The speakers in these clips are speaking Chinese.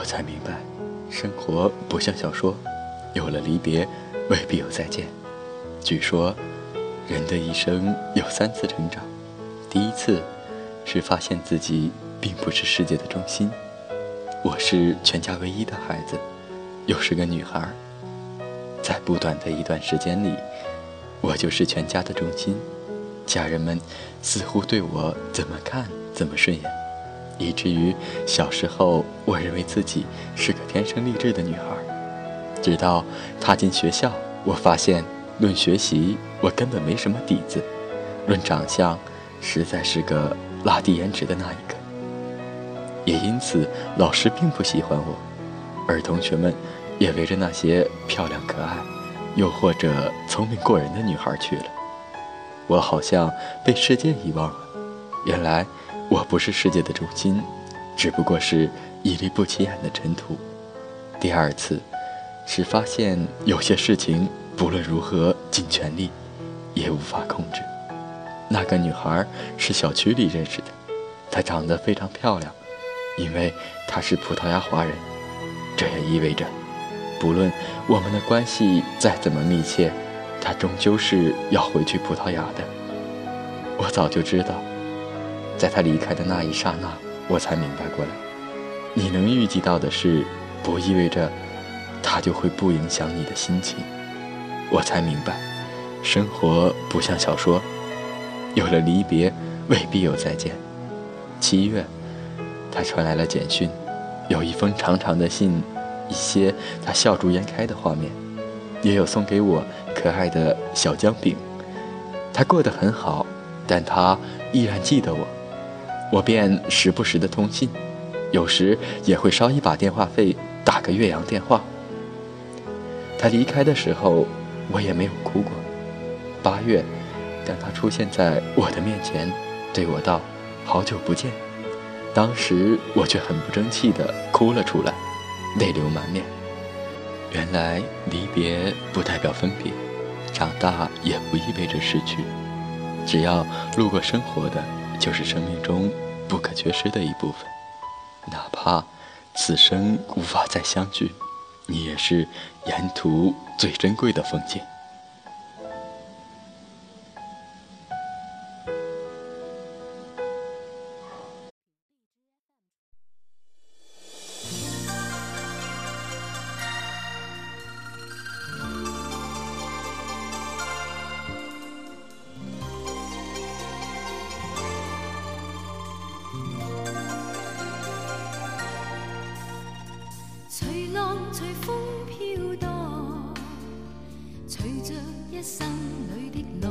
我才明白，生活不像小说，有了离别，未必有再见。据说，人的一生有3次成长，第一次是发现自己并不是世界的中心，我是全家唯一的孩子，又是个女孩，在不短的一段时间里，我就是全家的中心，家人们似乎对我怎么看怎么顺眼，以至于小时候我认为自己是个天生丽质的女孩。直到踏进学校，我发现论学习我根本没什么底子，论长相实在是个拉低颜值的那一个。也因此老师并不喜欢我，而同学们也围着那些漂亮可爱又或者聪明过人的女孩去了。我好像被世界遗忘了，原来我不是世界的中心，只不过是一粒不起眼的尘土。第二次是发现有些事情不论如何尽全力也无法控制。那个女孩是小区里认识的，她长得非常漂亮，因为她是葡萄牙华人，这也意味着不论我们的关系再怎么密切，她终究是要回去葡萄牙的。我早就知道，在她离开的那一刹那，我才明白过来，你能预计到的事，不意味着它就会不影响你的心情。我才明白，生活不像小说，有了离别，未必有再见。7月，他传来了简讯，有一封长长的信，一些他笑逐颜开的画面，也有送给我可爱的小姜饼。他过得很好，但他依然记得我，我便时不时的通信，有时也会烧一把电话费，打个越洋电话。他离开的时候，我也没有哭过。8月，当他出现在我的面前，对我道好久不见，当时我却很不争气地哭了出来，泪流满面。原来离别不代表分别，长大也不意味着失去，只要路过生活的，就是生命中不可缺失的一部分。哪怕此生无法再相聚，你也是沿途最珍贵的风景。 随浪随风飘荡，随着一生里的路，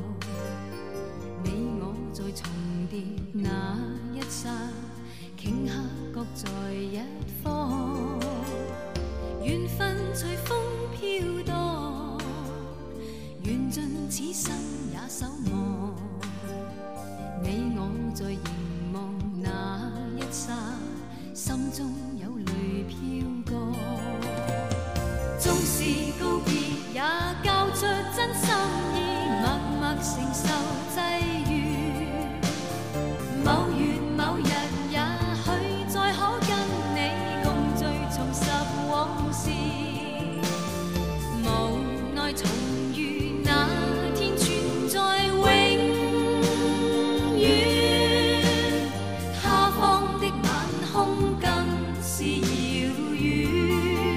你我在重叠那一刹，顷刻各在一方。缘分随风飘荡，缘尽此生也守望。你我在凝望那一刹，心中有泪飘过。纵是告别，也交出真心意，默默承受际遇。某月某日，也许再可跟你共聚，重拾往事。无奈重遇那天，存在永远。他方的晚空更是遥远。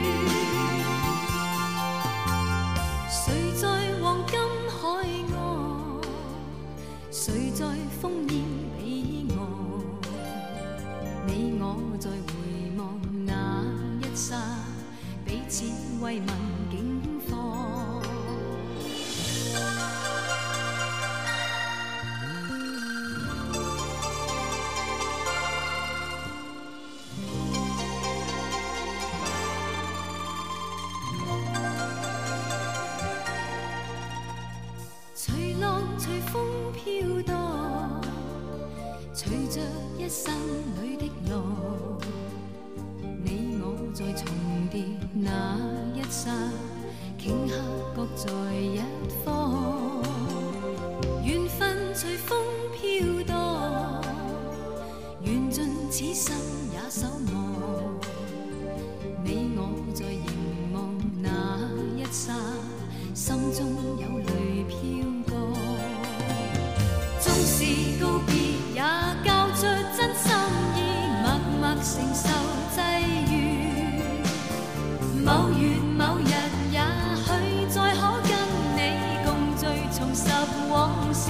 谁在黄金海岸？谁在烽烟彼岸？你我在回望那一刹，彼此慰问境况。随浪随风飘荡，随着一生里的路，你我在重叠那一刹，顷刻各在一方。缘分随风飘荡，缘尽此生也守望。 承受際遇。某月某日，也許再可跟你共聚，重拾往事。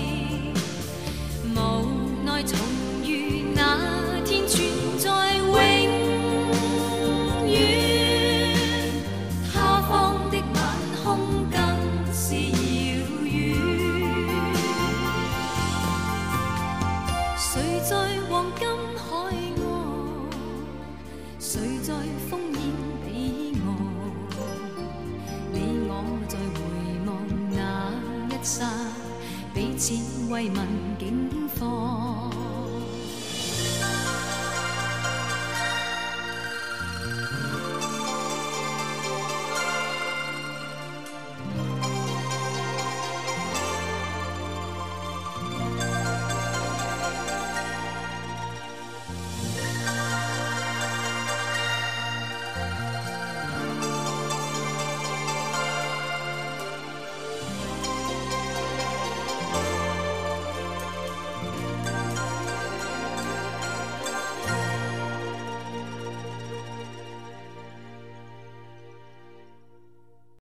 無奈重遇那天，存在永遠。他方的晚空更是遙遠。誰在黃金海岸？誰在烽煙彼岸？你我在回望那一剎，彼此慰問境況。